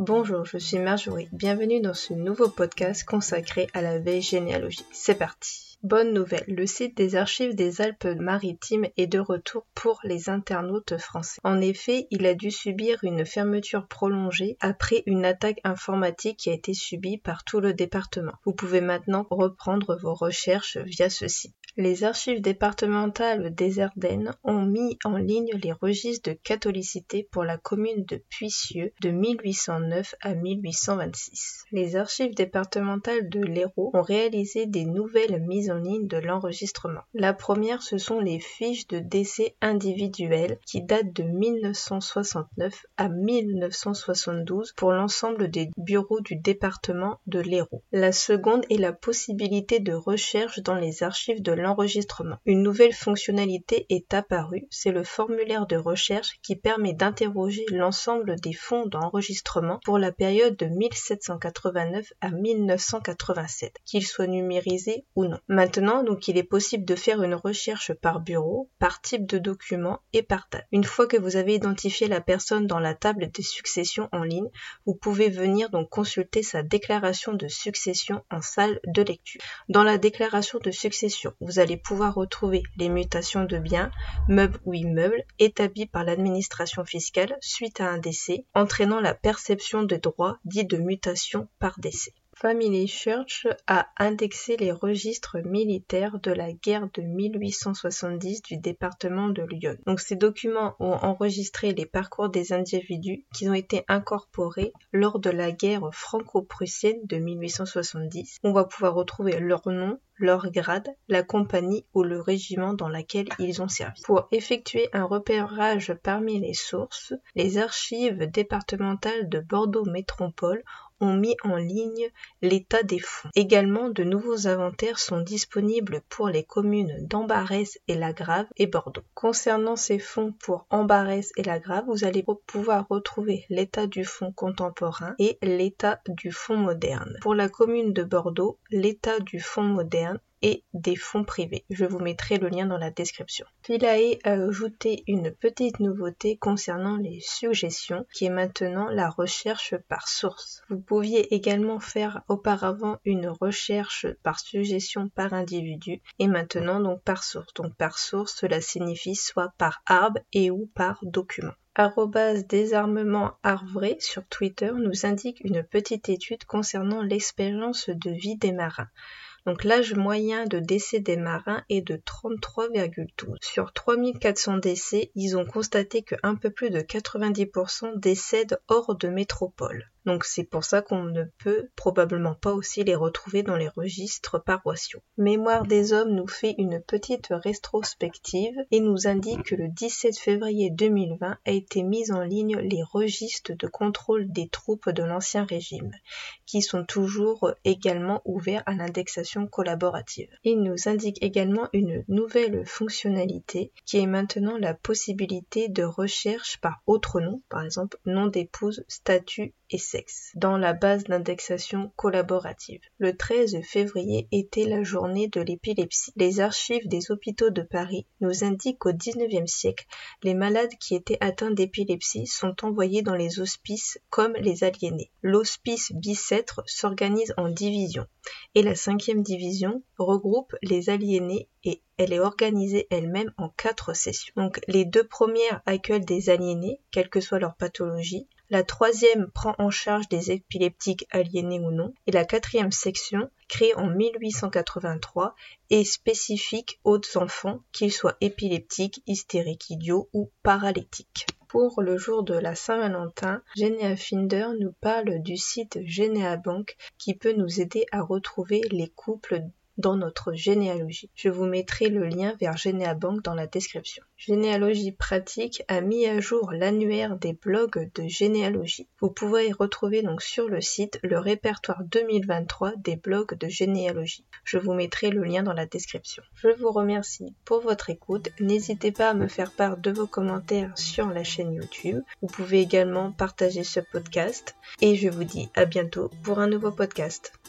Bonjour, je suis Marjorie. Bienvenue dans ce nouveau podcast consacré à la vieille généalogie. C'est parti. Bonne nouvelle, le site des archives des Alpes-Maritimes est de retour pour les internautes français. En effet, il a dû subir une fermeture prolongée après une attaque informatique qui a été subie par tout le département. Vous pouvez maintenant reprendre vos recherches via ce site. Les archives départementales des Ardennes ont mis en ligne les registres de catholicité pour la commune de Puisieux de 1809 à 1826. Les archives départementales de l'Hérault ont réalisé des nouvelles mises en ligne de l'enregistrement. La première, ce sont les fiches de décès individuels qui datent de 1969 à 1972 pour l'ensemble des bureaux du département de l'Hérault. La seconde est la possibilité de recherche dans les archives de l'enregistrement. Une nouvelle fonctionnalité est apparue, c'est le formulaire de recherche qui permet d'interroger l'ensemble des fonds d'enregistrement pour la période de 1789 à 1987, qu'ils soient numérisés ou non. Maintenant, donc, il est possible de faire une recherche par bureau, par type de document et par date. Une fois que vous avez identifié la personne dans la table des successions en ligne, vous pouvez venir donc consulter sa déclaration de succession en salle de lecture. Dans la déclaration de succession, vous allez pouvoir retrouver les mutations de biens, meubles ou immeubles établis par l'administration fiscale suite à un décès, entraînant la perception de droits dits de mutation par décès. Family Search a indexé les registres militaires de la guerre de 1870 du département de l'Yonne. Donc ces documents ont enregistré les parcours des individus qui ont été incorporés lors de la guerre franco-prussienne de 1870. On va pouvoir retrouver leur nom, leur grade, la compagnie ou le régiment dans lequel ils ont servi. Pour effectuer un repérage parmi les sources, les archives départementales de Bordeaux Métropole ont mis en ligne l'état des fonds. Également, de nouveaux inventaires sont disponibles pour les communes d'Ambarès et Lagrave et Bordeaux. Concernant ces fonds pour Ambarès et Lagrave, vous allez pouvoir retrouver l'état du fonds contemporain et l'état du fonds moderne. Pour la commune de Bordeaux, l'état du fonds moderne et des fonds privés. Je vous mettrai le lien dans la description. Philae a ajouté une petite nouveauté concernant les suggestions qui est maintenant la recherche par source. Vous pouviez également faire auparavant une recherche par suggestion par individu et maintenant donc par source. Donc par source, cela signifie soit par arbre et ou par document. @désarmement Arvré sur Twitter nous indique une petite étude concernant l'expérience de vie des marins. Donc l'âge moyen de décès des marins est de 33,12. Sur 3400 décès, ils ont constaté que un peu plus de 90% décèdent hors de métropole. Donc c'est pour ça qu'on ne peut probablement pas aussi les retrouver dans les registres paroissiaux. Mémoire des hommes nous fait une petite rétrospective et nous indique que le 17 février 2020 a été mis en ligne les registres de contrôle des troupes de l'Ancien Régime, qui sont toujours également ouverts à l'indexation collaborative. Il nous indique également une nouvelle fonctionnalité qui est maintenant la possibilité de recherche par autre nom, par exemple nom d'épouse, statut et sexe, dans la base d'indexation collaborative. Le 13 février était la journée de l'épilepsie. Les archives des hôpitaux de Paris nous indiquent qu'au 19e siècle, les malades qui étaient atteints d'épilepsie sont envoyés dans les hospices comme les aliénés. L'hospice Bicêtre s'organise en divisions et la 5e division regroupe les aliénés et elle est organisée elle-même en 4 sessions. Donc les 2 premières accueillent des aliénés, quelle que soit leur pathologie. La 3e prend en charge des épileptiques aliénés ou non. Et la 4e section, créée en 1883, est spécifique aux enfants, qu'ils soient épileptiques, hystériques idiots ou paralytiques. Pour le jour de la Saint-Valentin, GeneaFinder nous parle du site GeneaBank qui peut nous aider à retrouver les couples dans notre généalogie. Je vous mettrai le lien vers GeneaBank dans la description. Généalogie pratique a mis à jour l'annuaire des blogs de généalogie. Vous pouvez retrouver donc sur le site le répertoire 2023 des blogs de généalogie. Je vous mettrai le lien dans la description. Je vous remercie pour votre écoute. N'hésitez pas à me faire part de vos commentaires sur la chaîne YouTube. Vous pouvez également partager ce podcast et je vous dis à bientôt pour un nouveau podcast.